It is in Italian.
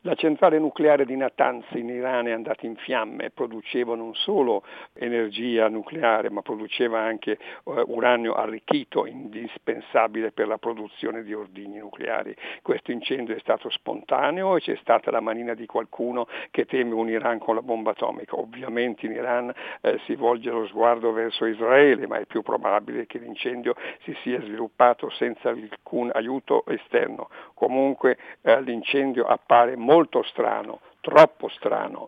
La centrale nucleare di Natanz in Iran è andata in fiamme, produceva non solo energia nucleare ma produceva anche uranio arricchito, indispensabile per la produzione di ordigni nucleari. Questo incendio è stato spontaneo e c'è stata la manina di qualcuno che teme un Iran con la bomba atomica. Ovviamente in Iran si volge lo sguardo verso Israele, ma è più probabile che l'incendio si sia sviluppato senza alcun aiuto esterno. Comunque l'incendio appare molto strano, troppo strano,